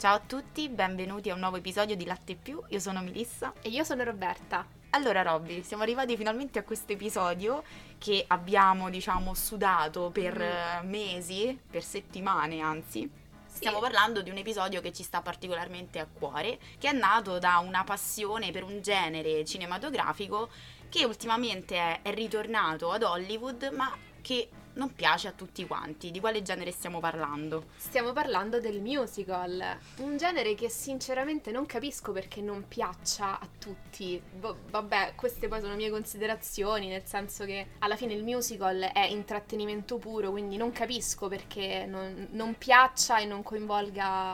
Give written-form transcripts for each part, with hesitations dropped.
Ciao a tutti, benvenuti a un nuovo episodio di Latte Più, io sono Melissa. E io sono Roberta. Allora Robby, siamo arrivati finalmente a questo episodio che abbiamo, sudato per mesi, per settimane anzi. Stiamo parlando di un episodio che ci sta particolarmente a cuore, che è nato da una passione per un genere cinematografico che ultimamente è ritornato ad Hollywood, ma che non piace a tutti quanti. Di quale genere stiamo parlando? Stiamo parlando del musical, un genere che sinceramente non capisco perché non piaccia a tutti. Vabbè, queste poi sono mie considerazioni, nel senso che alla fine il musical è intrattenimento puro, quindi non capisco perché non piaccia e non coinvolga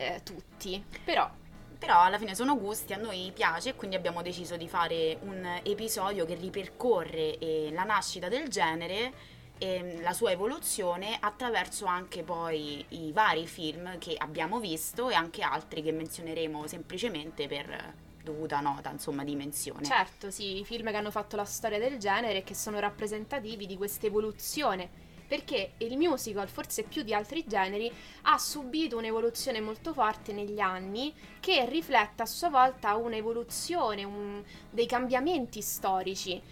tutti. Però alla fine sono gusti, a noi piace e quindi abbiamo deciso di fare un episodio che ripercorre la nascita del genere e la sua evoluzione attraverso anche poi i vari film che abbiamo visto e anche altri che menzioneremo semplicemente per dovuta nota, insomma, di menzione. certo, sì, i film che hanno fatto la storia del genere e che sono rappresentativi di questa evoluzione. Perché il musical, forse più di altri generi, ha subito un'evoluzione molto forte negli anni che riflette a sua volta un'evoluzione, dei cambiamenti storici.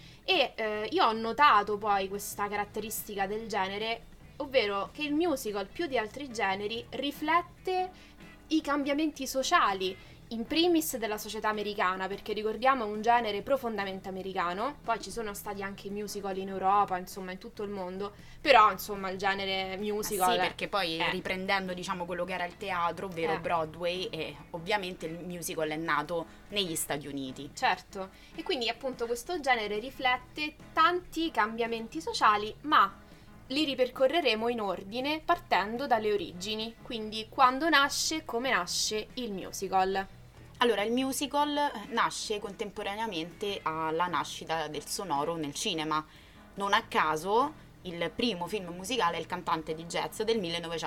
E io ho notato poi questa caratteristica del genere, ovvero che il musical, più di altri generi, riflette i cambiamenti sociali, in primis della società americana, perché ricordiamo è un genere profondamente americano, poi ci sono stati anche musical in Europa, insomma in tutto il mondo, però insomma il genere musical... Sì, perché poi riprendendo quello che era il teatro, ovvero Broadway, e ovviamente il musical è nato negli Stati Uniti. Certo, e quindi appunto questo genere riflette tanti cambiamenti sociali, ma li ripercorreremo in ordine partendo dalle origini, quindi quando nasce, come nasce il musical. Allora, il musical nasce contemporaneamente alla nascita del sonoro nel cinema. Non a caso, il primo film musicale è Il cantante di jazz del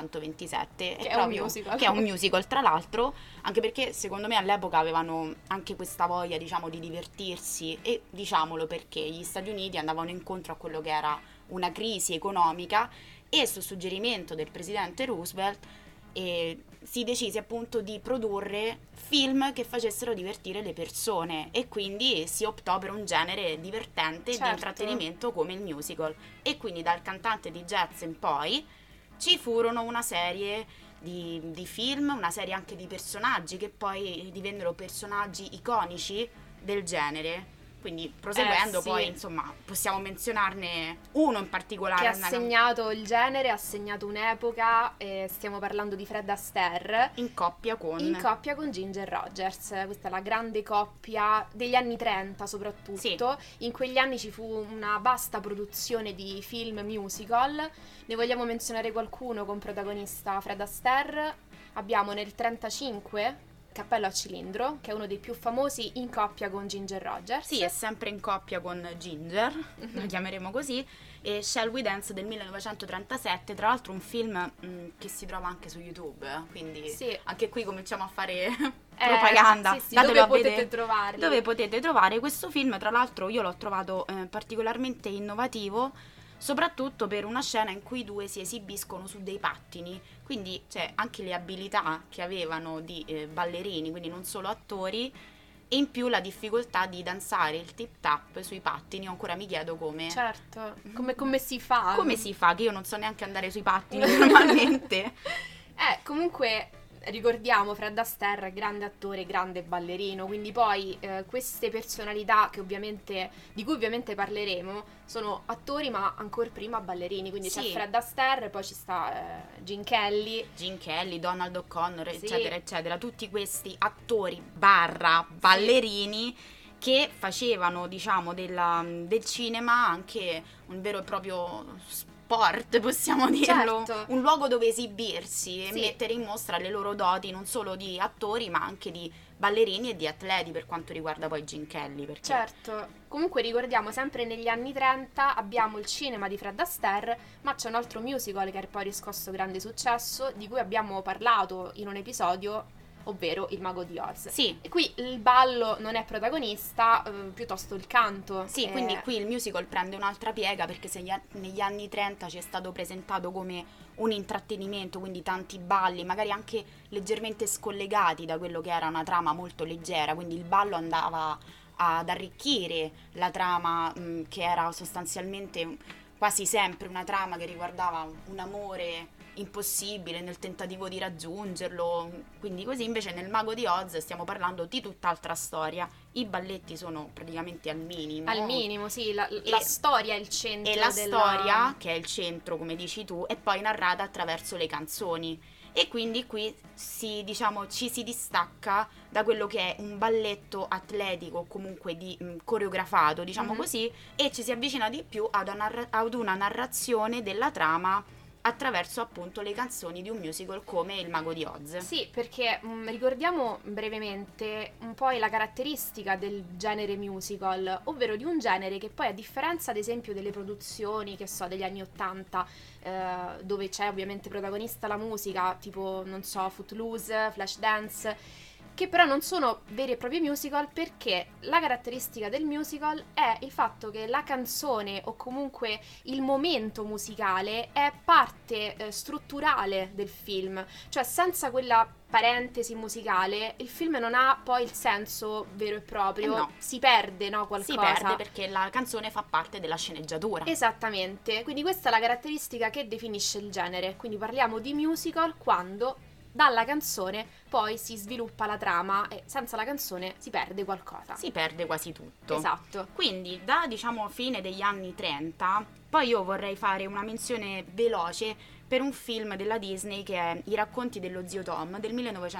1927. Che è un musical. Che è un musical, tra l'altro, anche perché secondo me all'epoca avevano anche questa voglia, di divertirsi e diciamolo perché gli Stati Uniti andavano incontro a quello che era una crisi economica e su suggerimento del presidente Roosevelt si decise appunto di produrre film che facessero divertire le persone e quindi si optò per un genere divertente di intrattenimento come il musical. E quindi dal cantante di jazz in poi ci furono una serie di film, una serie anche di personaggi che poi divennero personaggi iconici del genere. Quindi proseguendo poi insomma possiamo menzionarne uno in particolare. Che ha segnato il genere, ha segnato un'epoca, stiamo parlando di Fred Astaire. In coppia con Ginger Rogers, questa è la grande coppia degli anni 30 soprattutto. Sì. In quegli anni ci fu una vasta produzione di film musical, ne vogliamo menzionare qualcuno con protagonista Fred Astaire. Abbiamo nel 35... Cappello a cilindro, che è uno dei più famosi in coppia con Ginger Rogers. Sì, è sempre in coppia con Ginger, la chiameremo così, e Shall We Dance del 1937, tra l'altro un film che si trova anche su YouTube, quindi anche qui cominciamo a fare propaganda. Sì, dove potete trovarli. Dove potete trovare questo film, tra l'altro io l'ho trovato particolarmente innovativo, soprattutto per una scena in cui i due si esibiscono su dei pattini, quindi anche le abilità che avevano di ballerini, quindi non solo attori, e in più la difficoltà di danzare il tip tap sui pattini. Io ancora mi chiedo come. Certo, come si fa? Come si fa, che io non so neanche andare sui pattini normalmente. Comunque ricordiamo Fred Astaire, grande attore, grande ballerino, quindi poi queste personalità di cui ovviamente parleremo sono attori ma ancora prima ballerini, quindi c'è Fred Astaire, poi ci sta Gene Kelly, Donald O'Connor, eccetera eccetera, tutti questi attori ballerini che facevano del cinema anche un vero e proprio sport, possiamo dirlo, un luogo dove esibirsi e mettere in mostra le loro doti non solo di attori ma anche di ballerini e di atleti, per quanto riguarda poi Gene Kelly. Comunque ricordiamo sempre negli anni 30 abbiamo il cinema di Fred Astaire, ma c'è un altro musical che ha poi riscosso grande successo, di cui abbiamo parlato in un episodio ovvero Il Mago di Oz. Sì. E qui il ballo non è protagonista, piuttosto il canto. Sì, quindi qui il musical prende un'altra piega, perché se negli anni 30 ci è stato presentato come un intrattenimento, quindi tanti balli, magari anche leggermente scollegati da quello che era una trama molto leggera, quindi il ballo andava ad arricchire la trama, che era sostanzialmente quasi sempre una trama che riguardava un amore impossibile nel tentativo di raggiungerlo, quindi così. Invece nel Mago di Oz stiamo parlando di tutt'altra storia, i balletti sono praticamente al minimo. Al minimo, sì, la storia è il centro. E la storia, che è il centro, come dici tu, è poi narrata attraverso le canzoni. E quindi qui ci si distacca da quello che è un balletto atletico, comunque coreografato, così, e ci si avvicina di più ad una narrazione della trama attraverso appunto le canzoni di un musical come Il Mago di Oz. Sì, perché ricordiamo brevemente un po' la caratteristica del genere musical, ovvero di un genere che poi, a differenza ad esempio delle produzioni, che so, degli anni 80, dove c'è ovviamente protagonista la musica, tipo, non so, Footloose, Flashdance, che però non sono veri e propri musical, perché la caratteristica del musical è il fatto che la canzone, o comunque il momento musicale, è parte strutturale del film, cioè senza quella parentesi musicale il film non ha poi il senso vero e proprio, no. Si perde, no, qualcosa. Si perde perché la canzone fa parte della sceneggiatura. Esattamente, quindi questa è la caratteristica che definisce il genere, quindi parliamo di musical quando dalla canzone poi si sviluppa la trama e senza la canzone si perde qualcosa. Si perde quasi tutto. Esatto. Quindi da fine degli anni 30, poi io vorrei fare una menzione veloce per un film della Disney che è I racconti dello zio Tom del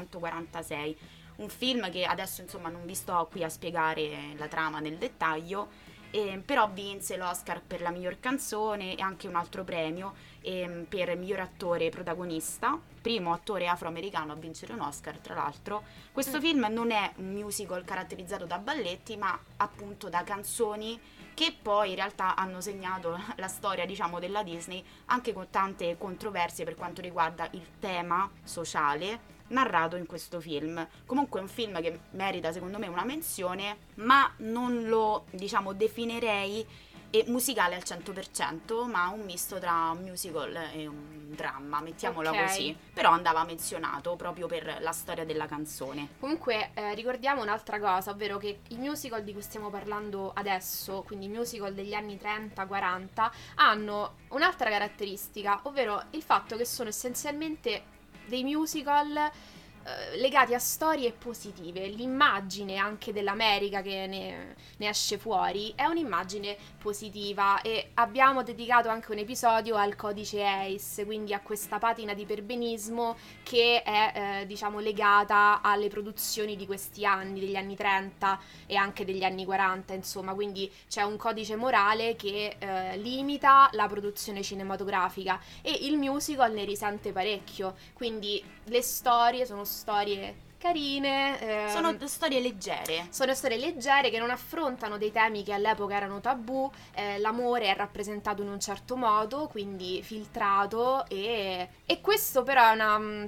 1946. Un film che adesso non vi sto qui a spiegare la trama nel dettaglio, però vinse l'Oscar per la miglior canzone e anche un altro premio per miglior attore protagonista, primo attore afroamericano a vincere un Oscar, tra l'altro. Questo film non è un musical caratterizzato da balletti, ma appunto da canzoni che poi in realtà hanno segnato la storia della Disney, anche con tante controversie per quanto riguarda il tema sociale narrato in questo film. Comunque è un film che merita secondo me una menzione, ma non lo definirei musicale al 100%, ma un misto tra un musical e un dramma, mettiamola così. Però andava menzionato proprio per la storia della canzone. Comunque ricordiamo un'altra cosa, ovvero che i musical di cui stiamo parlando adesso, quindi i musical degli anni 30-40, hanno un'altra caratteristica, ovvero il fatto che sono essenzialmente dei musical legati a storie positive. L'immagine anche dell'America che ne esce fuori è un'immagine positiva, e abbiamo dedicato anche un episodio al codice ACE, quindi a questa patina di perbenismo che è legata alle produzioni di questi anni, degli anni 30 e anche degli anni 40, insomma. Quindi c'è un codice morale che limita la produzione cinematografica, e il musical ne risente parecchio. Quindi le storie sono storie carine, sono storie leggere. Sono storie leggere che non affrontano dei temi che all'epoca erano tabù. L'amore è rappresentato in un certo modo, quindi filtrato, e questo però è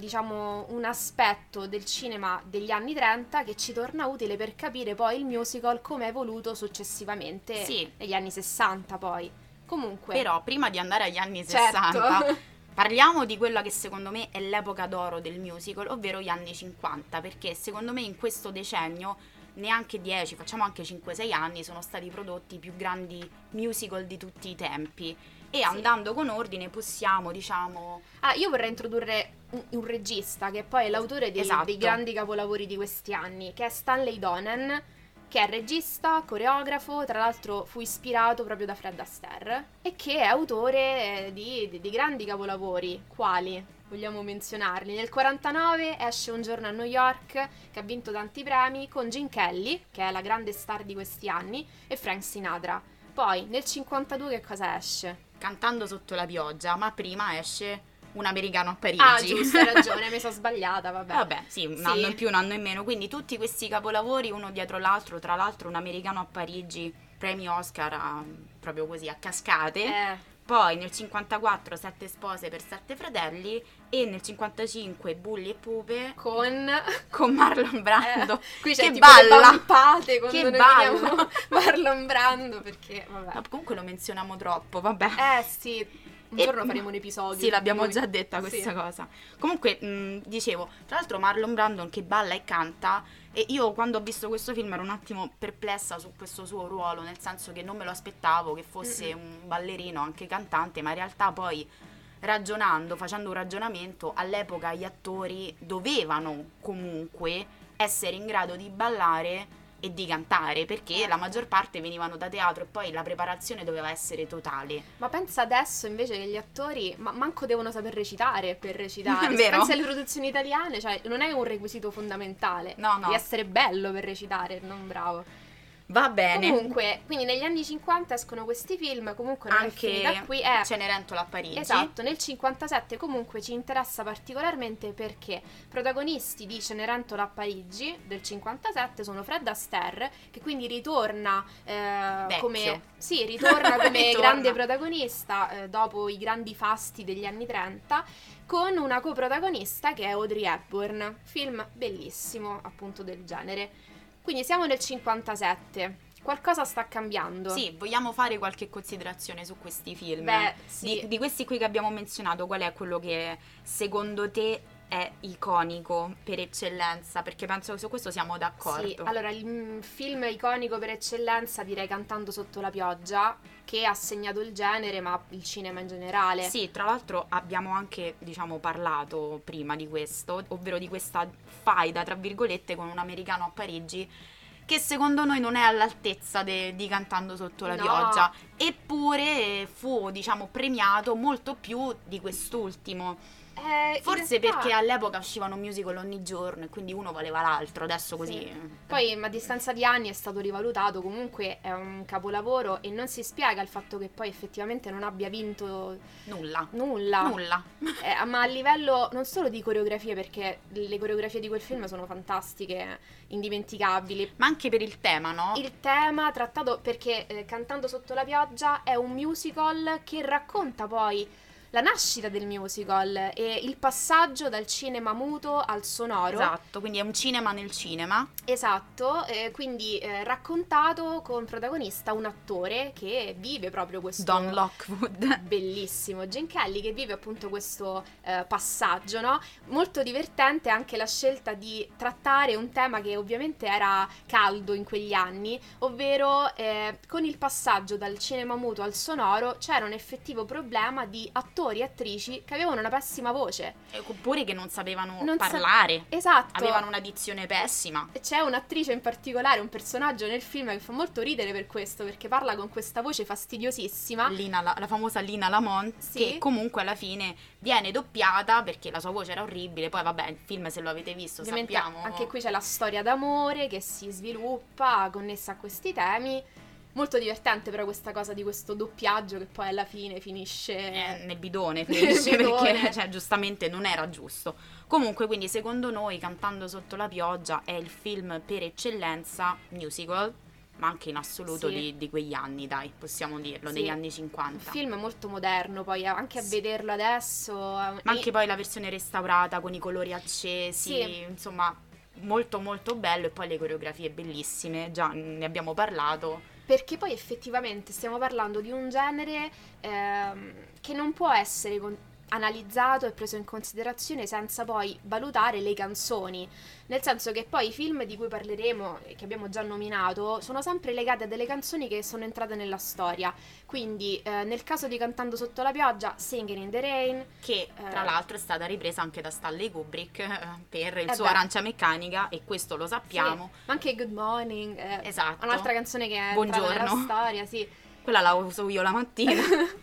un aspetto del cinema degli anni 30 che ci torna utile per capire poi il musical come è evoluto successivamente negli anni 60 poi. Comunque, però prima di andare agli anni certo. 60 parliamo di quella che secondo me è l'epoca d'oro del musical, ovvero gli anni 50, perché secondo me in questo decennio, neanche 10, facciamo anche 5-6 anni, sono stati prodotti i più grandi musical di tutti i tempi. E andando con ordine possiamo, io vorrei introdurre un regista che poi è l'autore dei grandi capolavori di questi anni, che è Stanley Donen, che è regista, coreografo, tra l'altro fu ispirato proprio da Fred Astaire, e che è autore di grandi capolavori. Quali vogliamo menzionarli? Nel 49 esce Un giorno a New York, che ha vinto tanti premi, con Gene Kelly, che è la grande star di questi anni, e Frank Sinatra. Poi nel 52 che cosa esce? Cantando sotto la pioggia, ma prima esce Un americano a Parigi. Ah, giusto, hai ragione, mi sono sbagliata, Vabbè, sì, un anno in più, un anno in meno. Quindi tutti questi capolavori uno dietro l'altro. Tra l'altro Un americano a Parigi, premi Oscar proprio così a cascate. Poi nel 54 Sette spose per sette fratelli e nel 55 Bulli e Pupe con Marlon Brando qui c'è che tipo le balla, pampate quando che noi balla. vediamo Marlon Brando, perché vabbè. Ma comunque lo menzioniamo troppo, vabbè. Sì, un giorno faremo un episodio. Sì, l'abbiamo noi. già detta questa Sì. cosa. Comunque, dicevo, tra l'altro Marlon Brandon che balla e canta, e io quando ho visto questo film ero un attimo perplessa su questo suo ruolo, nel senso che non me lo aspettavo che fosse un ballerino, anche cantante, ma in realtà poi ragionando, facendo un ragionamento, all'epoca gli attori dovevano comunque essere in grado di ballare e di cantare, perché la maggior parte venivano da teatro e poi la preparazione doveva essere totale. Ma pensa adesso invece che gli attori manco devono saper recitare per recitare. Vero? Pensa alle produzioni italiane, cioè non è un requisito fondamentale. No. Devi essere bello per recitare, non bravo. Va bene. Comunque, quindi negli anni 50 escono questi film, comunque non è finita Anche qui. Cenerentola a Parigi. Esatto, nel 57 comunque ci interessa particolarmente perché protagonisti di Cenerentola a Parigi del 57 sono Fred Astaire, che quindi ritorna come Ritorna. grande protagonista dopo i grandi fasti degli anni 30, con una coprotagonista che è Audrey Hepburn. Film bellissimo, appunto, del genere. Quindi siamo nel 57. Qualcosa sta cambiando. Sì, vogliamo fare qualche considerazione su questi film? Beh, sì. Di questi qui che abbiamo menzionato, qual è quello che secondo te è iconico per eccellenza? Perché penso che su questo siamo d'accordo. Sì, allora il film iconico per eccellenza direi Cantando sotto la pioggia, che ha segnato il genere, ma il cinema in generale. Sì, tra l'altro abbiamo anche, diciamo, parlato prima di questo, ovvero di questa faida, tra virgolette, con un americano a Parigi, che secondo noi non è all'altezza di Cantando sotto la pioggia, eppure fu, diciamo, premiato molto più di quest'ultimo. Forse perché all'epoca uscivano musical ogni giorno e quindi uno valeva l'altro, adesso così. Sì. Poi a distanza di anni è stato rivalutato, comunque è un capolavoro e non si spiega il fatto che poi effettivamente non abbia vinto Nulla. Ma a livello non solo di coreografie, perché le coreografie di quel film sono fantastiche, indimenticabili, ma anche per il tema, no? Il tema trattato, perché Cantando sotto la pioggia è un musical che racconta poi la nascita del musical e il passaggio dal cinema muto al sonoro. Esatto, quindi è un cinema nel cinema. Esatto, quindi raccontato con protagonista un attore che vive proprio questo... Don Lockwood. Bellissimo, Gene Kelly, che vive appunto questo passaggio, no? Molto divertente anche la scelta di trattare un tema che ovviamente era caldo in quegli anni, ovvero con il passaggio dal cinema muto al sonoro c'era un effettivo problema di attori e attrici che avevano una pessima voce. Oppure che non sapevano parlare. Esatto. Avevano una dizione pessima. E c'è un'attrice in particolare, un personaggio nel film che fa molto ridere per questo, perché parla con questa voce fastidiosissima. La famosa Lina Lamont, sì, che comunque alla fine viene doppiata perché la sua voce era orribile. Poi vabbè, il film, se lo avete visto, ovviamente sappiamo. Anche qui c'è la storia d'amore che si sviluppa connessa a questi temi. Molto divertente però questa cosa di questo doppiaggio che poi alla fine finisce nel bidone, perché cioè, giustamente non era giusto. Comunque, quindi secondo noi Cantando sotto la pioggia è il film per eccellenza musical, ma anche in assoluto di quegli anni, dai, possiamo dirlo, degli anni 50. Un film molto moderno, poi anche a vederlo adesso. Ma anche poi la versione restaurata con i colori accesi, insomma, molto molto bello, e poi le coreografie bellissime, già ne abbiamo parlato. Perché poi effettivamente stiamo parlando di un genere che non può essere analizzato e preso in considerazione senza poi valutare le canzoni, nel senso che poi i film di cui parleremo e che abbiamo già nominato sono sempre legati a delle canzoni che sono entrate nella storia, quindi nel caso di Cantando sotto la pioggia, Singing in the Rain, che tra l'altro è stata ripresa anche da Stanley Kubrick per il suo Arancia Meccanica, e questo lo sappiamo. Ma anche Good Morning, esatto, un'altra canzone che è entrata nella storia, quella la uso io la mattina.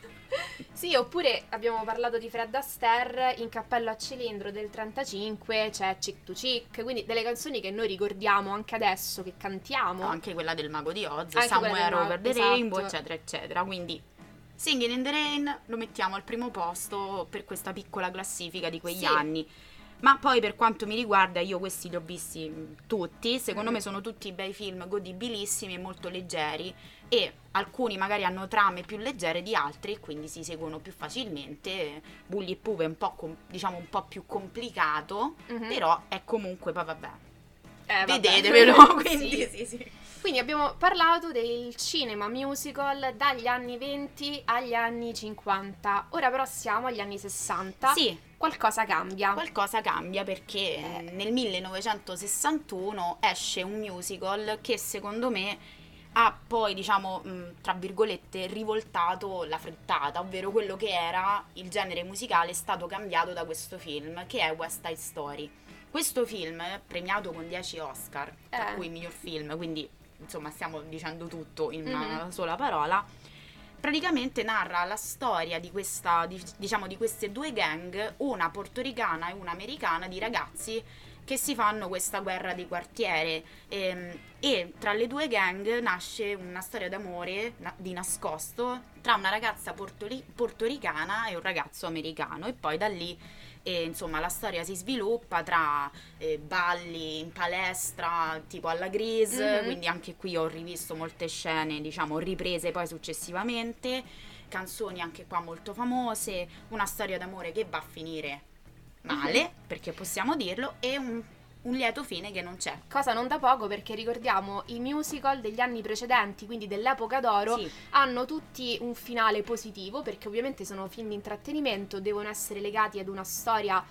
Sì, oppure abbiamo parlato di Fred Astaire, In cappello a cilindro del 35, c'è Chick to Chick, quindi delle canzoni che noi ricordiamo anche adesso, che cantiamo. Anche quella del Mago di Oz, anche Somewhere Over the Rainbow, esatto, eccetera, eccetera. Quindi Singing in the Rain lo mettiamo al primo posto per questa piccola classifica di quegli anni. Ma poi per quanto mi riguarda, io questi li ho visti tutti, secondo me sono tutti bei film godibilissimi e molto leggeri, e alcuni magari hanno trame più leggere di altri e quindi si seguono più facilmente. Bully e Pooh è un po' diciamo un po' più complicato, però è comunque poi vabbè. Vedetevelo, quindi sì. Quindi abbiamo parlato del cinema musical dagli anni 20 agli anni 50. Ora però siamo agli anni 60. Sì. Qualcosa cambia. Qualcosa cambia perché nel 1961 esce un musical che secondo me ha poi, diciamo, tra virgolette, rivoltato la frittata, ovvero quello che era il genere musicale è stato cambiato da questo film, che è West Side Story. Questo film, premiato con 10 Oscar, tra cui miglior film, quindi insomma stiamo dicendo tutto in una sola parola, praticamente narra la storia di questa, diciamo, di queste due gang, una portoricana e una americana, di ragazzi che si fanno questa guerra di quartiere, e tra le due gang nasce una storia d'amore di nascosto tra una ragazza portoricana e un ragazzo americano, e poi da lì insomma la storia si sviluppa tra balli in palestra tipo alla Grease, quindi anche qui ho rivisto molte scene, diciamo, riprese poi successivamente, canzoni anche qua molto famose, una storia d'amore che va a finire male, perché possiamo dirlo, e un lieto fine che non c'è. Cosa non da poco, perché ricordiamo i musical degli anni precedenti, quindi dell'epoca d'oro, hanno tutti un finale positivo, perché ovviamente sono film di intrattenimento, devono essere legati ad una storia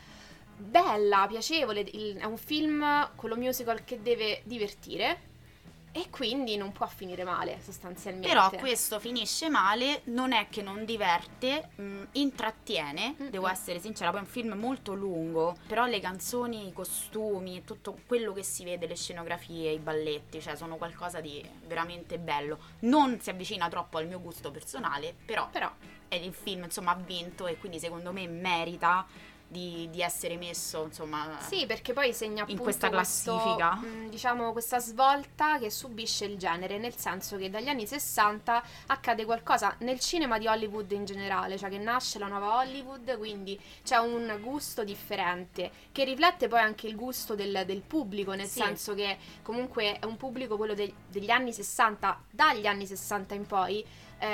bella, piacevole, è un film, quello musical, che deve divertire. E quindi non può finire male, sostanzialmente. Però questo finisce male, non è che non diverte, intrattiene, devo essere sincera, poi è un film molto lungo, però le canzoni, i costumi, tutto quello che si vede, le scenografie, i balletti, cioè sono qualcosa di veramente bello. Non si avvicina troppo al mio gusto personale, però è il film, insomma, ha vinto e quindi secondo me merita di essere messo, insomma, sì, perché poi segna appunto in questa classifica, diciamo, questa svolta che subisce il genere, nel senso che dagli anni 60 accade qualcosa nel cinema di Hollywood in generale, cioè che nasce la nuova Hollywood, quindi c'è un gusto differente che riflette poi anche il gusto del pubblico, nel senso che comunque è un pubblico, quello degli anni 60, dagli anni 60 in poi,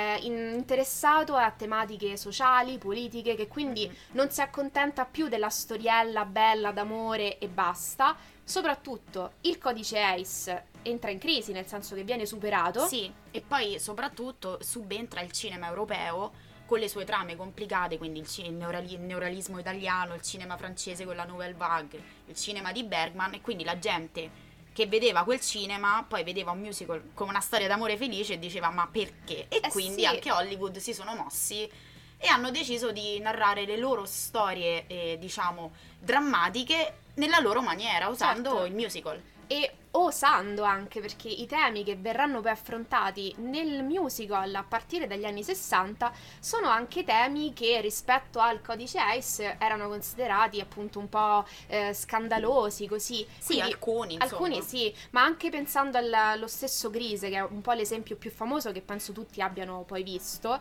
interessato a tematiche sociali, politiche, che quindi non si accontenta più della storiella bella d'amore e basta. Soprattutto il codice ACE entra in crisi, nel senso che viene superato. Sì, e poi soprattutto subentra il cinema europeo con le sue trame complicate, quindi il neorealismo italiano, il cinema francese con la Nouvelle Vague, il cinema di Bergman, e quindi la gente che vedeva quel cinema poi vedeva un musical con una storia d'amore felice e diceva ma perché? E quindi anche Hollywood si sono mossi e hanno deciso di narrare le loro storie, diciamo, drammatiche nella loro maniera, usando il musical. E osando anche, perché i temi che verranno poi affrontati nel musical a partire dagli anni 60 sono anche temi che rispetto al codice ACE erano considerati appunto un po' scandalosi, così. Sì, quindi, alcuni sì, ma anche pensando allo stesso Grease, che è un po' l'esempio più famoso che penso tutti abbiano poi visto,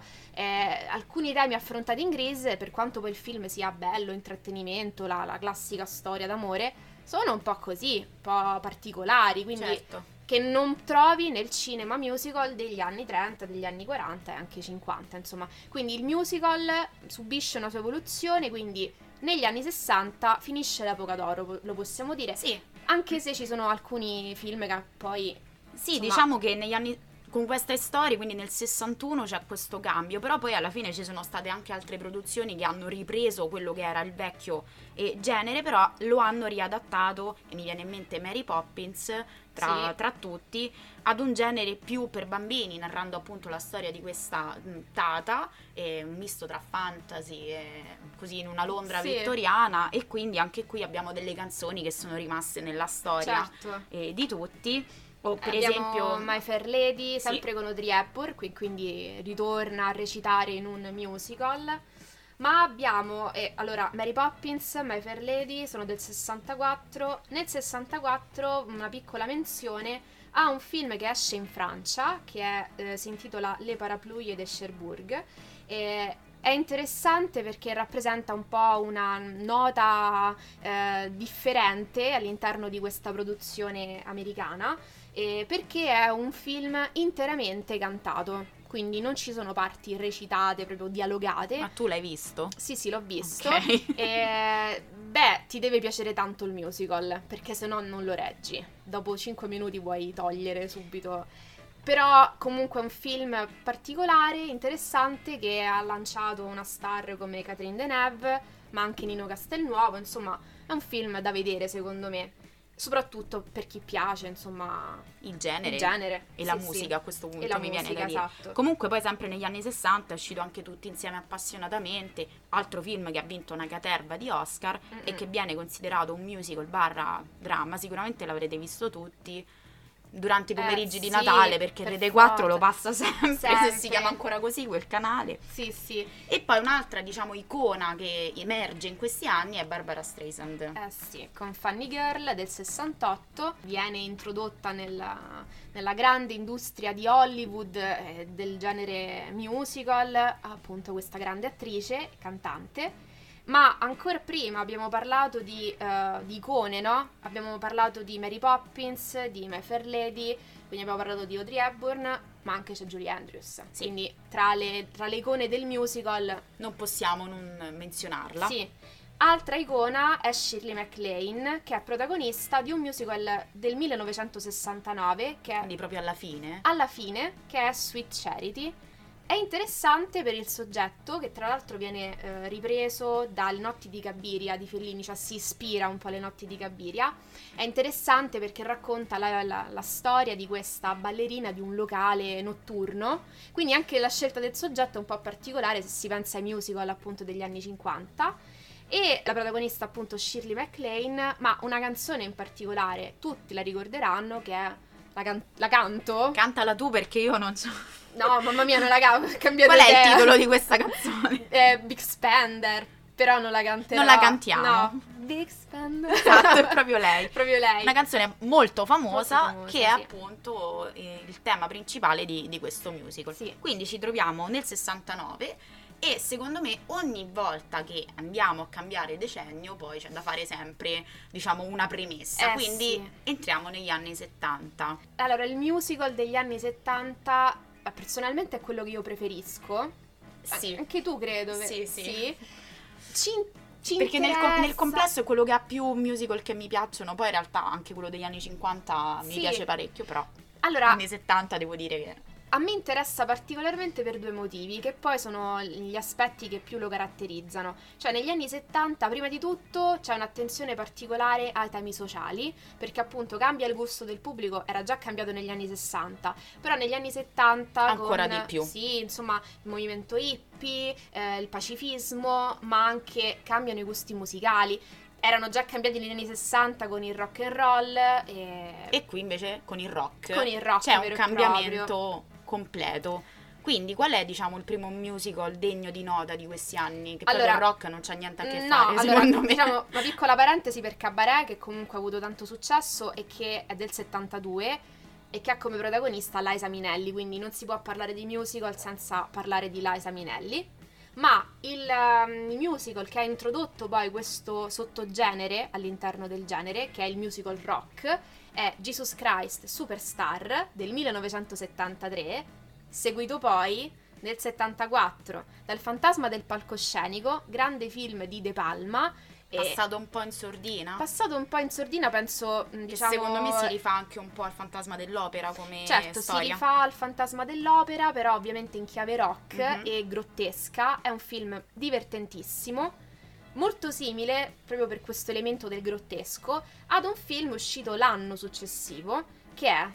alcuni temi affrontati in Grease, per quanto poi il film sia bello, intrattenimento, la classica storia d'amore, sono un po' così, un po' particolari, quindi che non trovi nel cinema musical degli anni 30, degli anni 40 e anche 50, insomma. Quindi il musical subisce una sua evoluzione, quindi negli anni 60 finisce l'epoca d'oro, lo possiamo dire. Sì. Anche se ci sono alcuni film che poi... Sì, insomma, diciamo che negli anni... Con questa storia, quindi nel 61 c'è questo cambio, però poi alla fine ci sono state anche altre produzioni che hanno ripreso quello che era il vecchio genere, però lo hanno riadattato, e mi viene in mente Mary Poppins tra tutti, ad un genere più per bambini, narrando appunto la storia di questa tata, un misto tra fantasy e così in una Londra vittoriana, e quindi anche qui abbiamo delle canzoni che sono rimaste nella storia di tutti. O per esempio My Fair Lady, sempre con Audrey Hepburn, quindi ritorna a recitare in un musical. Ma abbiamo, allora, Mary Poppins, My Fair Lady sono del 64. Nel 64 una piccola menzione a un film che esce in Francia, che si intitola Le Parapluie de Cherbourg. È interessante perché rappresenta un po' una nota differente all'interno di questa produzione americana. perché è un film interamente cantato. Quindi non ci sono parti recitate, proprio dialogate. Ma tu l'hai visto? Sì, l'ho visto. Ok. Beh, ti deve piacere tanto il musical, perché se no non lo reggi. Dopo 5 minuti vuoi togliere subito. Però comunque è un film particolare, interessante, che ha lanciato una star come Catherine Deneuve, ma anche Nino Castelnuovo. Insomma, è un film da vedere, secondo me. Soprattutto per chi piace, insomma, il genere sì, e la sì. musica a questo punto E la mi viene musica, da dire. esatto. Comunque poi sempre negli anni 60 è uscito anche Tutti insieme appassionatamente, altro film che ha vinto una caterva di Oscar e che viene considerato un musical barra dramma, sicuramente l'avrete visto tutti durante i pomeriggi di sì, Natale, perché per Rete 4 forza. lo passa sempre, se si Sempre. chiama ancora così quel canale. Sì, sì. E poi un'altra, diciamo, icona che emerge in questi anni è Barbara Streisand. Sì, con Funny Girl del 68 viene introdotta nella grande industria di Hollywood del genere musical, appunto questa grande attrice, cantante. Ma ancora prima abbiamo parlato di icone, no? Abbiamo parlato di Mary Poppins, di My Fair Lady, quindi abbiamo parlato di Audrey Hepburn, ma anche c'è Julie Andrews. Sì. Quindi tra le icone del musical, Non possiamo non menzionarla. sì. Altra icona è Shirley MacLaine, che è protagonista di un musical del 1969 che è Quindi proprio alla fine. alla fine, che è Sweet Charity. È interessante per il soggetto, che tra l'altro viene ripreso dalle Notti di Cabiria di Fellini, cioè si ispira un po' alle Notti di Cabiria. È interessante perché racconta la storia di questa ballerina di un locale notturno, quindi anche la scelta del soggetto è un po' particolare se si pensa ai musical appunto degli anni 50. E la protagonista appunto Shirley MacLaine, ma una canzone in particolare tutti la ricorderanno, che è la canto? Cantala tu perché io non so. No, mamma mia, non la canto, ho cambiato Qual è idea. il titolo di questa canzone? Big Spender, però non la canterò. Non la cantiamo. No, Big Spender. Esatto, è proprio lei. Proprio lei. Una canzone molto famosa, Molto famosa, che è sì. appunto il tema principale di questo musical. Sì. Quindi ci troviamo nel 69 e secondo me ogni volta che andiamo a cambiare decennio poi c'è da fare sempre, diciamo, una premessa. Quindi sì. entriamo negli anni 70. Allora, il musical degli anni 70 personalmente è quello che io preferisco. Sì. Anche tu credo. Sì. Ci Perché nel interessa. complesso è quello che ha più musical che mi piacciono. Poi in realtà anche quello degli anni 50 mi Sì. piace parecchio, però Allora, anni 70 devo dire che a me interessa particolarmente per due motivi, che poi sono gli aspetti che più lo caratterizzano. Cioè, negli anni 70, prima di tutto, c'è un'attenzione particolare ai temi sociali, perché appunto cambia il gusto del pubblico, era già cambiato negli anni 60, però negli anni 70 Ancora di più. Sì, insomma, il movimento hippie, il pacifismo, ma anche cambiano i gusti musicali. Erano già cambiati negli anni 60 con il rock and roll e qui invece con il rock c'è c'è un cambiamento completo. Quindi qual è, diciamo, il primo musical degno di nota di questi anni? Che poi Allora, con il rock non c'ha niente a che no, fare, allora, secondo me. diciamo una piccola parentesi per Cabaret, che comunque ha avuto tanto successo e che è del 72 e che ha come protagonista Liza Minnelli, quindi non si può parlare di musical senza parlare di Liza Minnelli. Ma il musical che ha introdotto poi questo sottogenere all'interno del genere, che è il musical rock, è Jesus Christ Superstar del 1973, seguito poi nel 74 dal Fantasma del palcoscenico, grande film di De Palma. Passato un po' in sordina. Passato un po' in sordina, penso, diciamo... Secondo me si rifà anche un po' al Fantasma dell'Opera come Certo, storia. si rifà al Fantasma dell'Opera, però ovviamente in chiave rock e grottesca. È un film divertentissimo, molto simile, proprio per questo elemento del grottesco, ad un film uscito l'anno successivo, che è...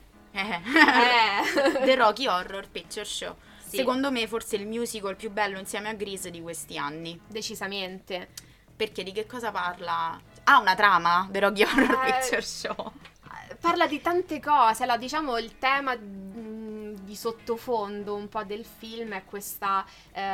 The Rocky Horror Picture Show. Sì. Secondo me forse il musical più bello insieme a Grease di questi anni. Decisamente. Perché di che cosa parla? Ha una trama, The Rocky Horror Picture Show. Parla di tante cose. Allora, diciamo, il tema di sottofondo un po' del film è questa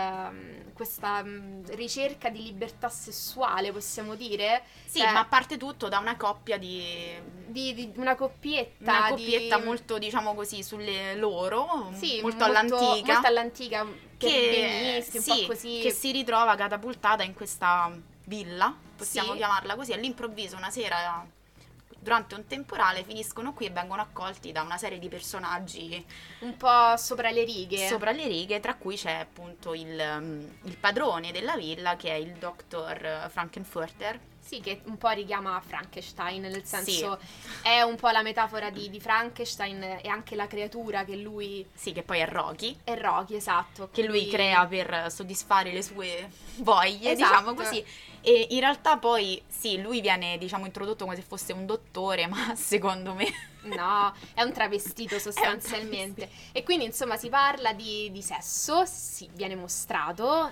ricerca di libertà sessuale, possiamo dire. Sì, ma parte tutto da una coppia di una coppietta. Una coppietta molto, diciamo così, sulle loro, sì, molto all'antica. Molto all'antica, perbenissimi, sì, un po' così. che si ritrova catapultata in questa villa, possiamo Sì. chiamarla così, all'improvviso una sera durante un temporale finiscono qui e vengono accolti da una serie di personaggi un po' sopra le righe, tra cui c'è appunto il padrone della villa, che è il dottor Frankenfurter. Sì, che un po' richiama Frankenstein, nel senso Sì. è un po' la metafora di Frankenstein e anche la creatura che lui... Sì, che poi è Rocky. È Rocky, esatto. Che lui crea per soddisfare le sue voglie, Esatto. diciamo così. E in realtà poi, sì, lui viene, diciamo, introdotto come se fosse un dottore, ma secondo me... No, è un travestito sostanzialmente. E quindi, insomma, si parla di sesso, viene mostrato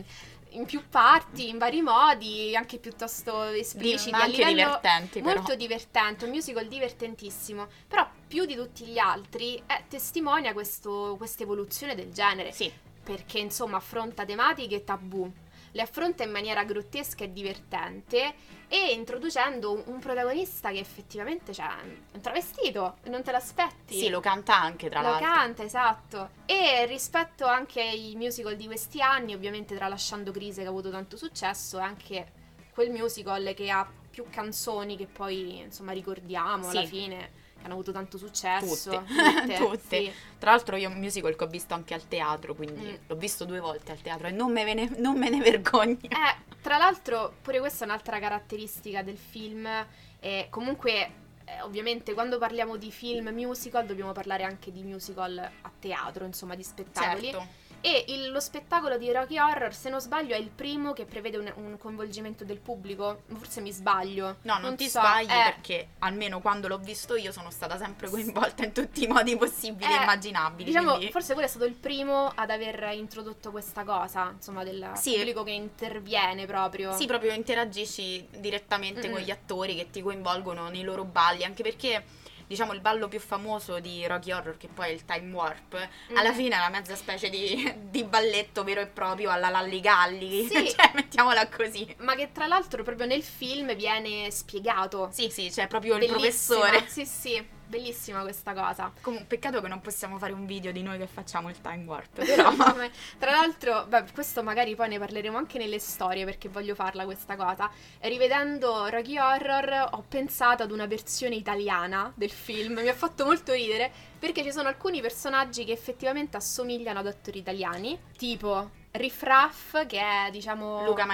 in più parti, in vari modi, anche piuttosto espliciti, ma anche divertenti, però. Molto divertente, un musical divertentissimo, però più di tutti gli altri testimonia questa evoluzione del genere, Sì. perché insomma affronta tematiche tabù, le affronta in maniera grottesca e divertente, e introducendo un protagonista che effettivamente è un travestito, non te l'aspetti. Sì, lo canta anche, tra l'altro. Lo canta, esatto. E rispetto anche ai musical di questi anni, ovviamente tralasciando Grise, che ha avuto tanto successo, è anche quel musical che ha più canzoni che poi, insomma, ricordiamo alla fine, che hanno avuto tanto successo. Tutte. Sì. Tra l'altro io un musical che ho visto anche al teatro, quindi l'ho visto 2 volte al teatro e non me ne vergogno. Tra l'altro pure questa è un'altra caratteristica del film. Comunque, ovviamente quando parliamo di film musical dobbiamo parlare anche di musical a teatro, insomma, di spettacoli. Certo. E lo spettacolo di Rocky Horror, se non sbaglio, è il primo che prevede un coinvolgimento del pubblico. Forse mi sbaglio. No, non ti sbagli, perché almeno quando l'ho visto io sono stata sempre coinvolta in tutti i modi possibili e immaginabili. Diciamo, quindi... forse quello è stato il primo ad aver introdotto questa cosa, insomma, del pubblico che interviene proprio. Sì, proprio interagisci direttamente con gli attori che ti coinvolgono nei loro balli, anche perché... Diciamo il ballo più famoso di Rocky Horror, che poi è il Time Warp, alla fine è una mezza specie di balletto vero e proprio alla Lalligalli, sì. Cioè mettiamola così. Ma che tra l'altro proprio nel film viene spiegato. Sì, c'è proprio Bellissima. Il professore. Sì, bellissima questa cosa. Comunque, peccato che non possiamo fare un video di noi che facciamo il Time Warp, però... Tra l'altro, questo magari poi ne parleremo anche nelle storie, perché voglio farla questa cosa. Rivedendo Rocky Horror ho pensato ad una versione italiana del film, mi ha fatto molto ridere, perché ci sono alcuni personaggi che effettivamente assomigliano ad attori italiani, tipo Riff Raff, che è, diciamo, Luca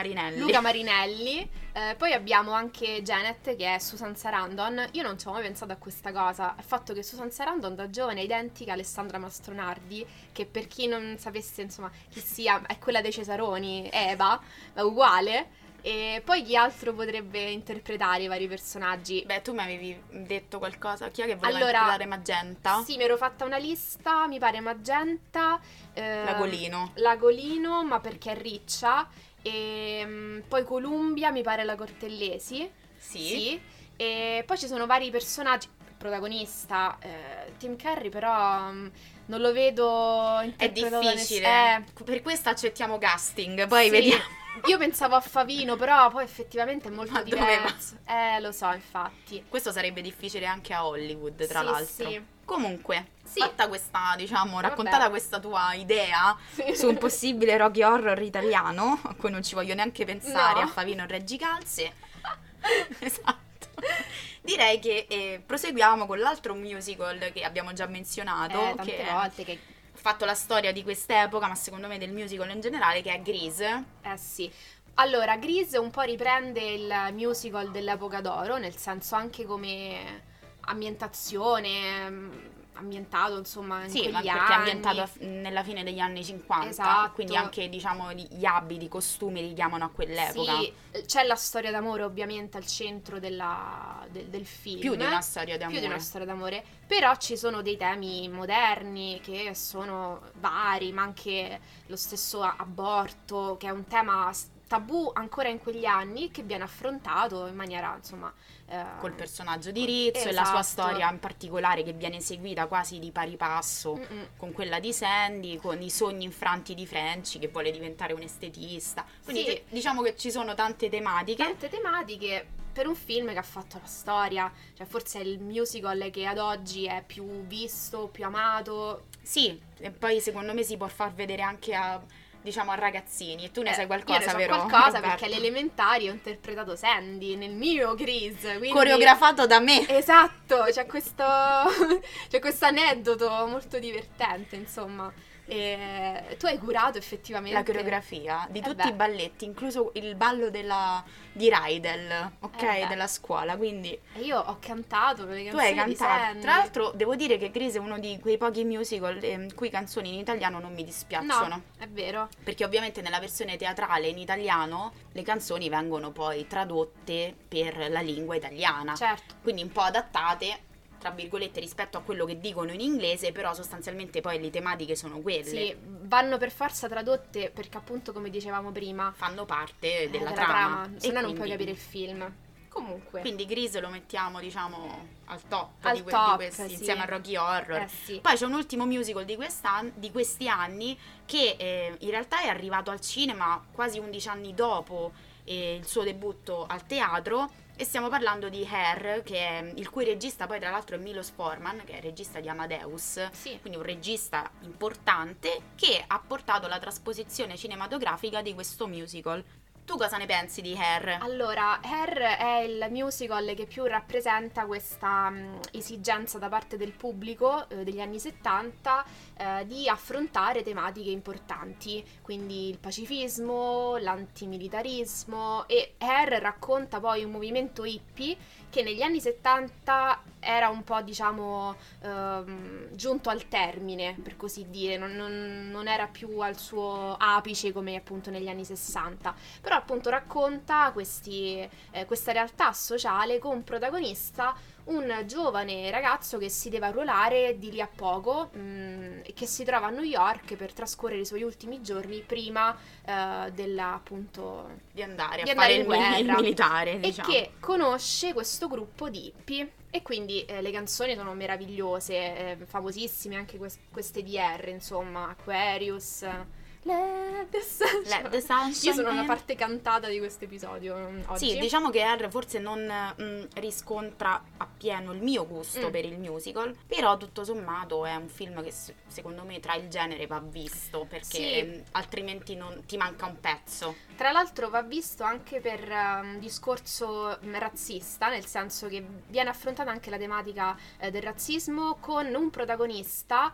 Marinelli. Poi abbiamo anche Janet, che è Susan Sarandon. Io non ci ho mai pensato a questa cosa, il fatto che Susan Sarandon da giovane è identica a Alessandra Mastronardi, che per chi non sapesse, insomma, chi sia, è quella dei Cesaroni, Eva, è uguale. E poi chi altro potrebbe interpretare i vari personaggi? Beh, tu mi avevi detto qualcosa. Chi è che voleva interpretare Magenta? Sì, mi ero fatta una lista, mi pare Magenta, Lagolino, ma perché è riccia, e poi Columbia, mi pare la Cortellesi. Sì. E poi ci sono vari personaggi. Il protagonista, Tim Curry, però non lo vedo interpretato. È difficile. Per questo accettiamo casting, poi vediamo. Io pensavo a Favino, però poi effettivamente è molto diverso. Lo so, infatti. Questo sarebbe difficile anche a Hollywood, tra l'altro. Sì. Comunque, fatta questa, diciamo, raccontata questa tua idea su un possibile Rocky Horror italiano, a cui non ci voglio neanche pensare, a Favino e Reggi Calze. Esatto. Direi che proseguiamo con l'altro musical che abbiamo già menzionato, tante volte che ha fatto la storia di quest'epoca, ma secondo me del musical in generale, che è Grease. Sì. Allora, Grease un po' riprende il musical dell'epoca d'oro, nel senso anche come ambientazione, ambientato insomma in quegli perché anni. è ambientato nella fine degli anni 50, esatto. Quindi anche, diciamo, gli abiti, i costumi richiamano a quell'epoca. Sì, c'è la storia d'amore ovviamente al centro del film. Più di una storia d'amore. Più di una storia d'amore, però ci sono dei temi moderni che sono vari, ma anche lo stesso aborto, che è un tema tabù ancora in quegli anni, che viene affrontato in maniera, insomma, col personaggio di Rizzo e la sua storia in particolare, che viene seguita quasi di pari passo con quella di Sandy, con i sogni infranti di Frenchy, che vuole diventare un estetista. Quindi diciamo che ci sono tante tematiche per un film che ha fatto la storia, cioè forse è il musical che ad oggi è più visto, più amato. Sì, e poi secondo me si può far vedere anche diciamo a ragazzini, e tu ne sai Io ne qualcosa, so vero? qualcosa Roberto? perché alle elementari ho interpretato Sandy nel mio Grease, quindi... Coreografato da me. Esatto, c'è questo aneddoto molto divertente, insomma. E tu hai curato effettivamente La coreografia di tutti beh. i balletti, incluso il ballo di Rydell, ok, beh. della scuola, quindi E io ho cantato le tu hai canzoni di cantato. Sandy. Tra l'altro devo dire che Grease è uno di quei pochi musical cui canzoni in italiano non mi dispiacciono. No, è vero. Perché ovviamente nella versione teatrale in italiano le canzoni vengono poi tradotte per la lingua italiana. Certo. Quindi un po' adattate, tra virgolette, rispetto a quello che dicono in inglese, però sostanzialmente poi le tematiche sono quelle. Sì, vanno per forza tradotte perché appunto, come dicevamo prima, Fanno parte della trama. trama. Se E no non puoi quindi- capire il film. Comunque. Quindi Grease lo mettiamo, diciamo, al top, Al di top, questi, sì. insieme a Rocky Horror. Sì. Poi c'è un ultimo musical di questi anni che in realtà è arrivato al cinema quasi 11 anni dopo il suo debutto al teatro, e stiamo parlando di Hair, il cui regista poi tra l'altro è Milos Forman, che è il regista di Amadeus, Sì. quindi un regista importante che ha portato la trasposizione cinematografica di questo musical. Tu cosa ne pensi di Hair? Allora, Hair è il musical che più rappresenta questa esigenza da parte del pubblico degli anni 70 di affrontare tematiche importanti, quindi il pacifismo, l'antimilitarismo, e Hair racconta poi un movimento hippie che negli anni 70 era un po', diciamo, giunto al termine, per così dire, non era più al suo apice come appunto negli anni 60, però appunto racconta questa realtà sociale con protagonista un giovane ragazzo che si deve arruolare di lì a poco e che si trova a New York per trascorrere i suoi ultimi giorni prima della appunto Di andare di a fare andare in il guerra. militare, diciamo. E che conosce questo gruppo di hippie. E quindi le canzoni sono meravigliose, famosissime anche queste di R, insomma, Aquarius, Let the Sunshine. Let the sunshine Io sono una in. parte cantata di questo episodio oggi. Sì, diciamo che R forse non riscontra appieno il mio gusto per il musical, però tutto sommato è un film che secondo me tra il genere va visto, perché Sì. altrimenti non ti manca un pezzo. Tra l'altro va visto anche per un discorso razzista, nel senso che viene affrontata anche la tematica del razzismo con un protagonista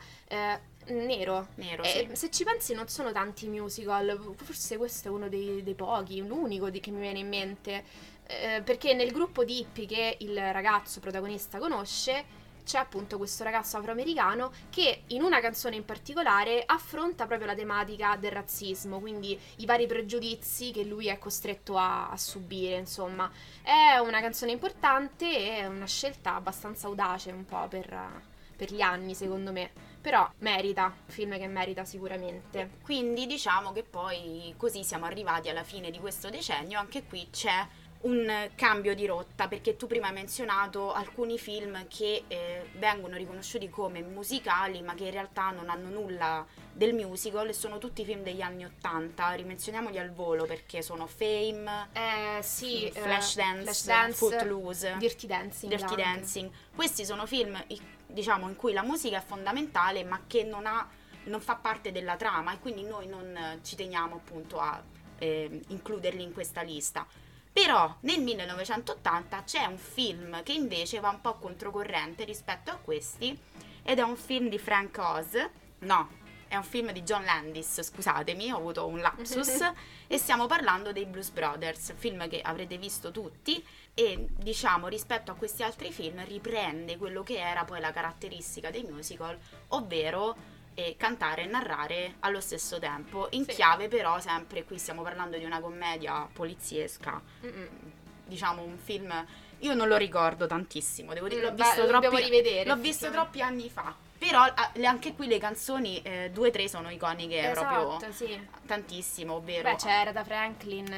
nero. Sì. Se ci pensi non sono tanti musical, forse questo è uno dei pochi, l'unico che mi viene in mente, perché nel gruppo di hippie che il ragazzo protagonista conosce c'è appunto questo ragazzo afroamericano che in una canzone in particolare affronta proprio la tematica del razzismo, quindi i vari pregiudizi che lui è costretto a subire, insomma. È una canzone importante e è una scelta abbastanza audace un po' per gli anni, secondo me. Però merita, un film che merita sicuramente. Quindi diciamo che poi così siamo arrivati alla fine di questo decennio. Anche qui c'è un cambio di rotta, perché tu prima hai menzionato alcuni film che vengono riconosciuti come musicali ma che in realtà non hanno nulla del musical, e sono tutti film degli anni 80. Rimenzioniamoli al volo perché sono Fame, Sì, Flashdance, Footloose, Dirty Dancing. Dirty anche. Dancing. Questi sono film, diciamo, in cui la musica è fondamentale ma che non fa parte della trama, e quindi noi non ci teniamo appunto a includerli in questa lista. Però nel 1980 c'è un film che invece va un po' controcorrente rispetto a questi, ed è un film di Frank Oz. No, è un film di John Landis, scusatemi, ho avuto un lapsus. E stiamo parlando dei Blues Brothers, film che avrete visto tutti, e diciamo rispetto a questi altri film riprende quello che era poi la caratteristica dei musical, ovvero cantare e narrare allo stesso tempo, in chiave però sempre, qui stiamo parlando di una commedia poliziesca, diciamo un film, io non lo ricordo tantissimo, devo dire, l'ho visto troppi anni fa, però anche qui le canzoni 2 o 3 sono iconiche, Esatto, proprio sì. tantissimo, ovvero Beh, c'era da Franklin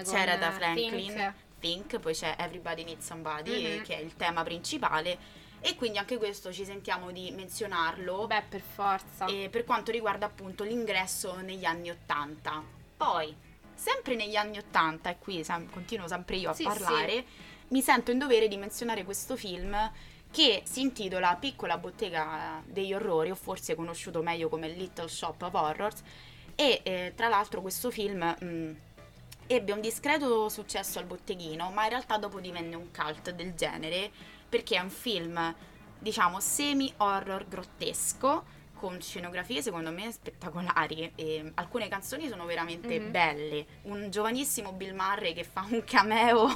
con Think, poi c'è Everybody Needs Somebody, che è il tema principale. E quindi anche questo ci sentiamo di menzionarlo. Beh, per forza. Per quanto riguarda appunto l'ingresso negli anni 80. Poi, sempre negli anni 80, e qui continuo sempre io a parlare, mi sento in dovere di menzionare questo film che si intitola Piccola bottega degli orrori, o forse conosciuto meglio come Little Shop of Horrors, E tra l'altro questo film ebbe un discreto successo al botteghino, ma in realtà dopo divenne un cult del genere, perché è un film, diciamo, semi-horror grottesco, con scenografie secondo me spettacolari, e alcune canzoni sono veramente belle. Un giovanissimo Bill Murray che fa un cameo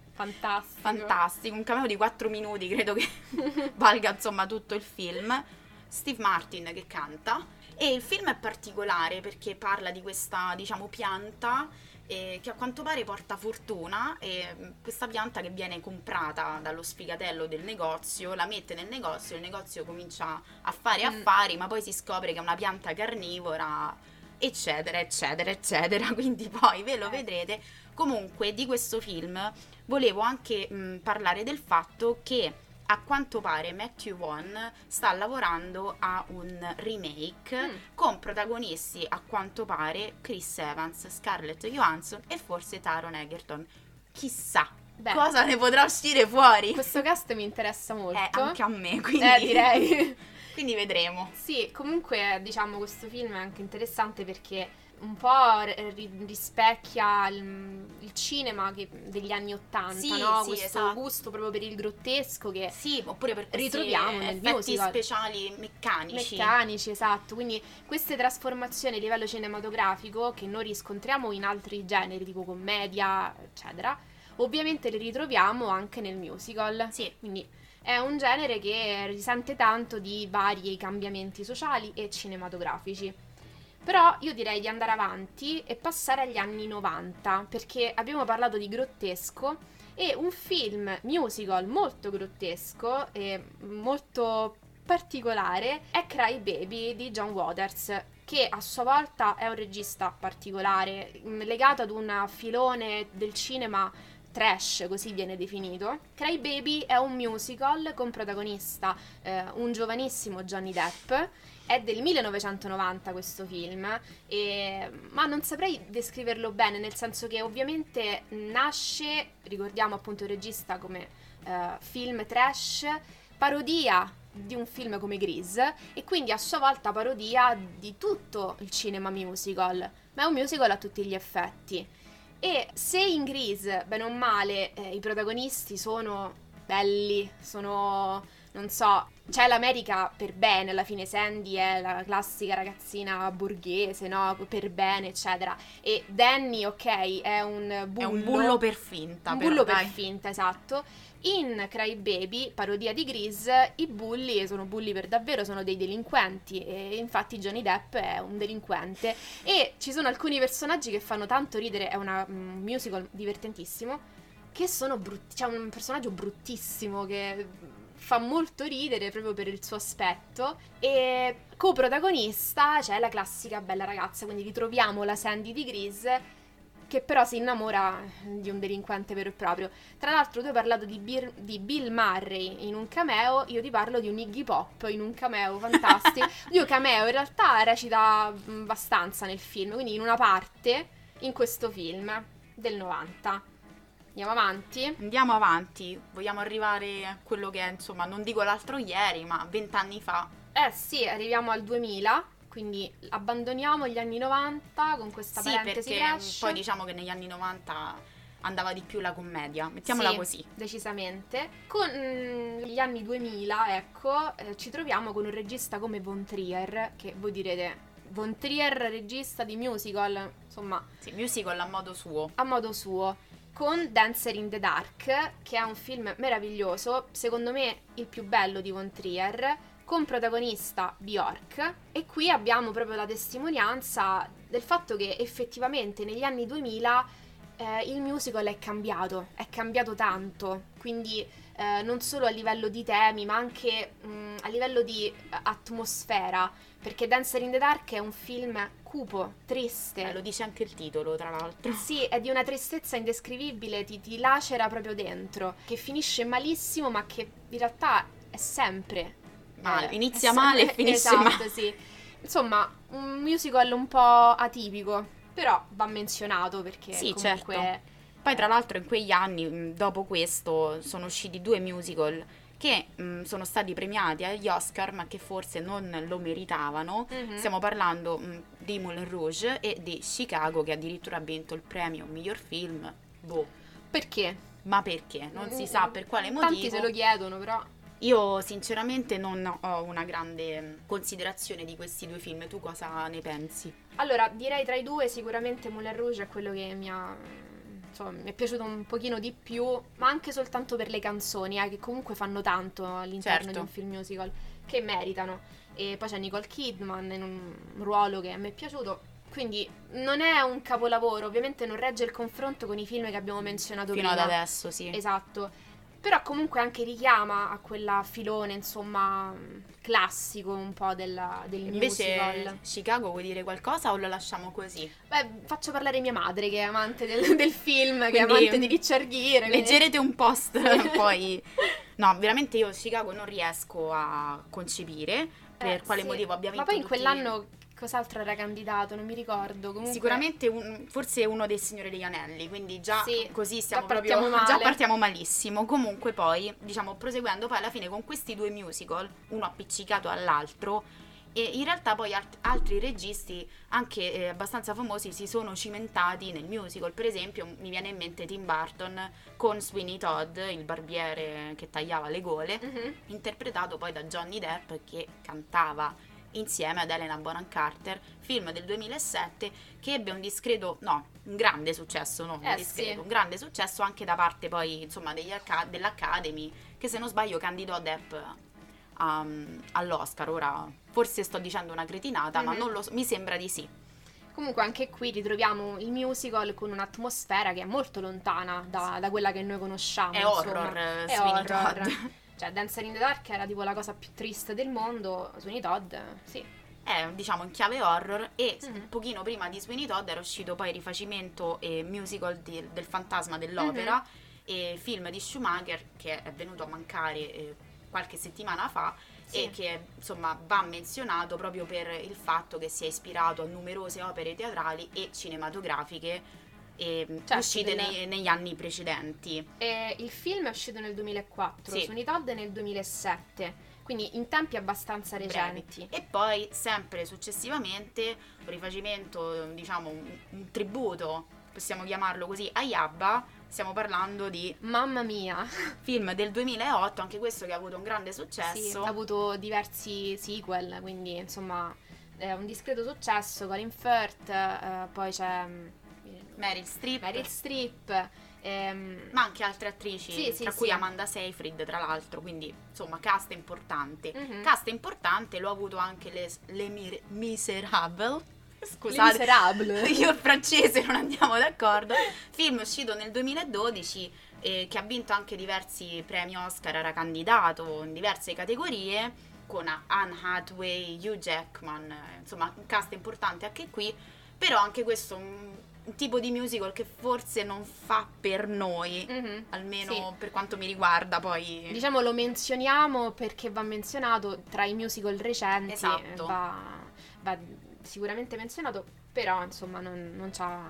fantastico, un cameo di 4 minuti, credo che valga insomma tutto il film. Steve Martin che canta, e il film è particolare perché parla di questa, diciamo, pianta che a quanto pare porta fortuna, e questa pianta che viene comprata dallo sfigatello del negozio, la mette nel negozio, il negozio comincia a fare affari, ma poi si scopre che è una pianta carnivora, eccetera eccetera eccetera, quindi poi ve lo vedrete. Comunque di questo film volevo anche parlare del fatto che a quanto pare Matthew Vaughn sta lavorando a un remake con protagonisti, a quanto pare, Chris Evans, Scarlett Johansson e forse Taron Egerton. Chissà cosa ne potrà uscire fuori. Questo cast mi interessa molto. Anche a me, quindi direi. Quindi vedremo. Sì, comunque diciamo questo film è anche interessante perché un po' rispecchia il cinema degli anni '80, sì, no? Sì, questo esatto. gusto proprio per il grottesco che oppure per ritroviamo nel effetti musical. speciali meccanici, esatto. Quindi queste trasformazioni a livello cinematografico che noi riscontriamo in altri generi tipo commedia, eccetera, ovviamente le ritroviamo anche nel musical. Sì. Quindi è un genere che risente tanto di vari cambiamenti sociali e cinematografici. Però io direi di andare avanti e passare agli anni 90, perché abbiamo parlato di grottesco e un film musical molto grottesco e molto particolare è Cry Baby di John Waters, che a sua volta è un regista particolare, legato ad un filone del cinema trash, così viene definito. Cry Baby è un musical con protagonista un giovanissimo Johnny Depp. È del 1990 questo film, ma non saprei descriverlo bene, nel senso che ovviamente nasce, ricordiamo appunto il regista come film trash, parodia di un film come Grease, e quindi a sua volta parodia di tutto il cinema musical, ma è un musical a tutti gli effetti. E se in Grease, bene o male, i protagonisti sono belli, sono... non so, c'è l'America per bene, alla fine Sandy è la classica ragazzina borghese, no? Per bene, eccetera. E Danny, ok, è un bullo. È un bullo per finta. Un però, bullo dai. per finta, esatto. In Cry Baby, parodia di Grease, i bulli sono bulli per davvero, sono dei delinquenti, e infatti Johnny Depp è un delinquente. E ci sono alcuni personaggi che fanno tanto ridere, è un musical divertentissimo, che sono brutti. C'è un personaggio bruttissimo che fa molto ridere proprio per il suo aspetto, e coprotagonista c'è la classica bella ragazza, quindi ritroviamo la Sandy di Grease che però si innamora di un delinquente vero e proprio. Tra l'altro tu hai parlato di Bill Murray in un cameo, io ti parlo di un Iggy Pop in un cameo fantastico. Io cameo in realtà recita abbastanza nel film, quindi in una parte in questo film del 90. Andiamo avanti. Vogliamo arrivare a quello che è, insomma, non dico l'altro ieri, ma 20 anni fa. Sì, arriviamo al 2000, quindi abbandoniamo gli anni 90 con questa parentesi trash. Poi diciamo che negli anni 90 andava di più la commedia, mettiamola così. Decisamente. Con gli anni 2000, ecco, ci troviamo con un regista come Von Trier, che voi direte... Von Trier, regista di musical, insomma... Sì, musical a modo suo. A modo suo. Con Dancer in the Dark, che è un film meraviglioso, secondo me il più bello di Von Trier, con protagonista Bjork. E qui abbiamo proprio la testimonianza del fatto che effettivamente negli anni 2000 il musical è cambiato tanto, quindi non solo a livello di temi ma anche a livello di atmosfera, perché Dancer in the Dark è un film cupo, triste. Lo dice anche il titolo, tra l'altro. Sì, è di una tristezza indescrivibile, ti lacera proprio dentro, che finisce malissimo ma che in realtà è sempre male, inizia male e finisce male. Esatto, sì. Insomma, un musical un po' atipico, però va menzionato perché sì, comunque... certo. Poi tra l'altro in quegli anni, dopo questo, sono usciti 2 musical che sono stati premiati agli Oscar, ma che forse non lo meritavano. Stiamo parlando di Moulin Rouge e di Chicago, che addirittura ha vinto il premio miglior film. Boh, Perché? ma perché? Non si sa per quale Tanti motivo. se lo chiedono, però. Io sinceramente non ho una grande considerazione di questi due film. Tu cosa ne pensi? Allora, direi tra i due sicuramente Moulin Rouge è quello che insomma, mi è piaciuto un pochino di più, ma anche soltanto per le canzoni, che comunque fanno tanto all'interno Certo. di un film musical, che meritano. E poi c'è Nicole Kidman in un ruolo che a me è piaciuto. Quindi non è un capolavoro, ovviamente non regge il confronto con i film che abbiamo menzionato Fino prima. ad adesso, sì. Esatto. Però comunque anche richiama a quella filone, insomma, classico un po' del Invece musical. Chicago vuoi dire qualcosa o lo lasciamo così? Beh, faccio parlare mia madre che è amante del film, che è Quindi amante di Richard Gere. quindi- Leggerete un post poi. No, veramente io Chicago non riesco a concepire per quale sì. motivo abbia vinto Ma poi in tutti- quell'anno cos'altro era candidato? Non mi ricordo. Comunque... Sicuramente forse uno dei Signori degli Anelli, quindi già Sì, così già stiamo partiamo proprio male. già partiamo malissimo. Comunque poi, diciamo, proseguendo poi alla fine con questi due musical, uno appiccicato all'altro, e in realtà poi altri registi anche abbastanza famosi si sono cimentati nel musical. Per esempio mi viene in mente Tim Burton con Sweeney Todd, il barbiere che tagliava le gole, Mhm. interpretato poi da Johnny Depp, che cantava insieme ad Helena Bonham Carter, film del 2007 che ebbe un grande successo, non un discreto, sì. un grande successo anche da parte poi insomma dell'Academy, che se non sbaglio candidò Depp all'Oscar. Ora forse sto dicendo una cretinata, ma Mhm. non lo so, mi sembra di sì. Comunque anche qui ritroviamo il musical con un'atmosfera che è molto lontana da quella che noi conosciamo. È insomma. horror, È Sweeney horror. Todd. Cioè, Dancer in the Dark era tipo la cosa più triste del mondo. Sweeney Todd, sì. È diciamo in chiave horror e Mhm. pochino prima di Sweeney Todd era uscito poi il rifacimento e musical del Fantasma dell'Opera, e film di Schumacher che è venuto a mancare qualche settimana fa. Sì. E che insomma va menzionato proprio per il fatto che si è ispirato a numerose opere teatrali e cinematografiche Certo, uscite negli anni precedenti. E il film è uscito nel 2004, Sì. Sweeney Todd nel 2007, quindi in tempi abbastanza Brevi. recenti. E poi sempre successivamente un rifacimento, diciamo un tributo, possiamo chiamarlo così, a Yabba. Stiamo parlando di Mamma mia, film del 2008, anche questo che ha avuto un grande sì, successo. ha avuto diversi sequel, quindi insomma è un discreto successo. Colin Firth, poi c'è Meryl Streep, Meryl Streep, ma anche altre attrici, Sì, sì, tra cui sì. Amanda Seyfried, tra l'altro, quindi insomma cast importante. Mhm. Cast importante lo ha avuto anche le Misérables. Les Scusate, Miserables. io e il francese non andiamo d'accordo. Film uscito nel 2012 che ha vinto anche diversi premi Oscar, era candidato in diverse categorie con Anne Hathaway, Hugh Jackman, insomma un cast importante anche qui, però anche questo un tipo di musical che forse non fa per noi, Mhm, almeno sì. per quanto mi riguarda poi. Diciamo lo menzioniamo perché va menzionato tra i musical recenti, Esatto. va sicuramente menzionato, però insomma non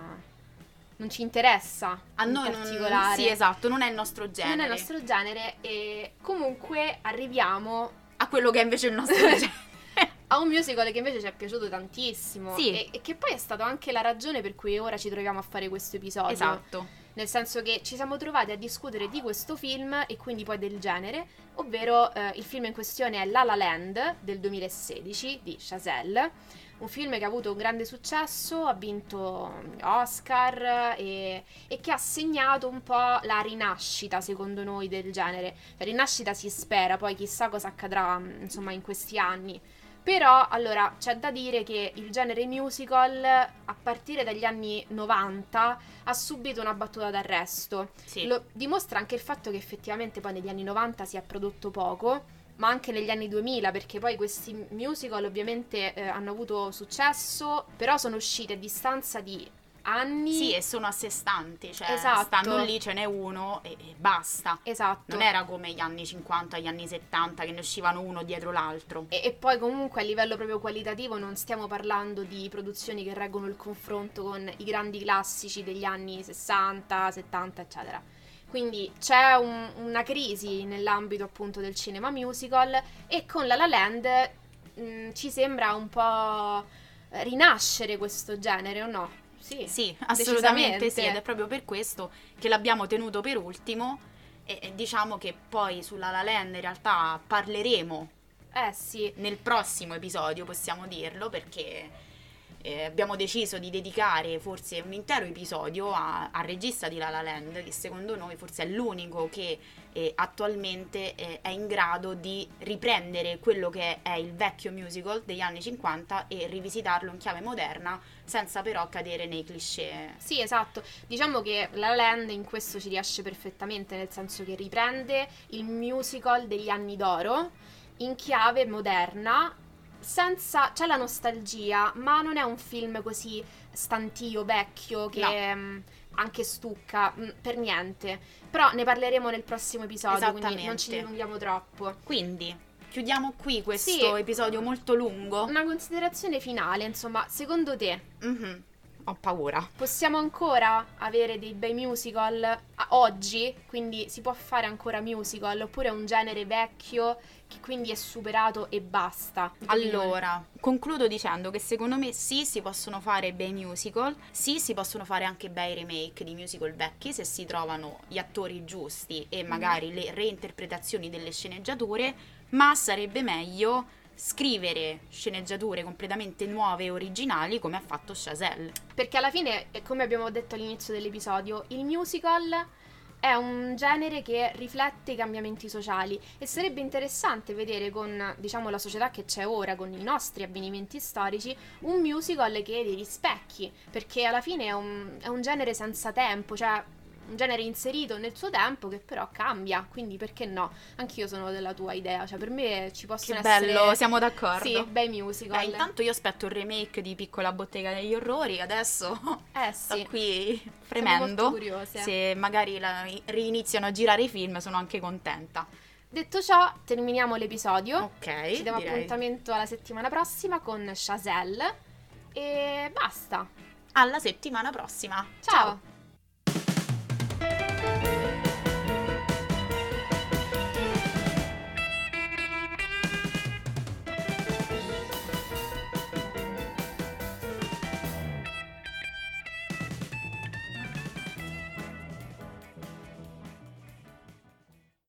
ci interessa A in noi particolare. sì, esatto, non è il nostro genere. Non è il nostro genere e comunque arriviamo A quello che è invece il nostro genere. a un musical che invece ci è piaciuto tantissimo Sì. e che poi è stato anche la ragione per cui ora ci troviamo a fare questo episodio. Esatto. Nel senso che ci siamo trovati a discutere di questo film e quindi poi del genere, ovvero il film in questione è La La Land del 2016 di Chazelle, un film che ha avuto un grande successo, ha vinto Oscar e che ha segnato un po' la rinascita, secondo noi, del genere. La rinascita si spera, poi chissà cosa accadrà, insomma, in questi anni. Però, allora, c'è da dire che il genere musical, a partire dagli anni 90, ha subito una battuta d'arresto. Sì. Lo dimostra anche il fatto che effettivamente poi negli anni 90 si è prodotto poco, ma anche negli anni 2000, perché poi questi musical ovviamente hanno avuto successo, però sono usciti a distanza di anni. Sì, e sono a sé stanti, cioè Esatto. stanno lì, ce n'è uno e basta. Esatto. Non era come gli anni 50, gli anni 70 che ne uscivano uno dietro l'altro. E poi comunque a livello proprio qualitativo non stiamo parlando di produzioni che reggono il confronto con i grandi classici degli anni 60, 70, eccetera. Quindi c'è una crisi nell'ambito appunto del cinema musical e con La La Land ci sembra un po' rinascere questo genere, o no? Sì, assolutamente decisamente. sì, ed è proprio per questo che l'abbiamo tenuto per ultimo e diciamo che poi su La La Land in realtà parleremo Sì. nel prossimo episodio, possiamo dirlo, perché abbiamo deciso di dedicare forse un intero episodio al regista di La La Land, che secondo noi forse è l'unico che attualmente è in grado di riprendere quello che è il vecchio musical degli anni 50 e rivisitarlo in chiave moderna, senza però cadere nei cliché. Sì, esatto. Diciamo che La La Land in questo ci riesce perfettamente, nel senso che riprende il musical degli anni d'oro in chiave moderna, senza... c'è la nostalgia, ma non è un film così stantio, vecchio, che anche stucca, per niente. Però ne parleremo nel prossimo episodio, quindi non ci dilunghiamo troppo. Quindi chiudiamo qui questo episodio molto lungo. Una considerazione finale, insomma, secondo te? Ho paura. Possiamo ancora avere dei bei musical oggi? Quindi si può fare ancora musical? Oppure è un genere vecchio che quindi è superato e basta? Allora, concludo dicendo che secondo me sì, si possono fare bei musical, sì, si possono fare anche bei remake di musical vecchi se si trovano gli attori giusti e magari le reinterpretazioni delle sceneggiature, ma sarebbe meglio scrivere sceneggiature completamente nuove e originali come ha fatto Chazelle. Perché alla fine, come abbiamo detto all'inizio dell'episodio, il musical è un genere che riflette i cambiamenti sociali e sarebbe interessante vedere con, diciamo, la società che c'è ora, con i nostri avvenimenti storici, un musical che li rispecchi, perché alla fine è un genere senza tempo, cioè un genere inserito nel suo tempo che però cambia, quindi perché no? Anch'io sono della tua idea, cioè per me ci possono essere... bello, siamo d'accordo. Sì, bei musical. Intanto io aspetto il remake di Piccola Bottega degli Orrori, adesso sto qui fremendo. Siamo molto curiose. Se magari reiniziano a girare i film sono anche contenta. Detto ciò, terminiamo l'episodio. Ok, ci diamo appuntamento alla settimana prossima con Chazelle e basta. Alla settimana prossima. Ciao.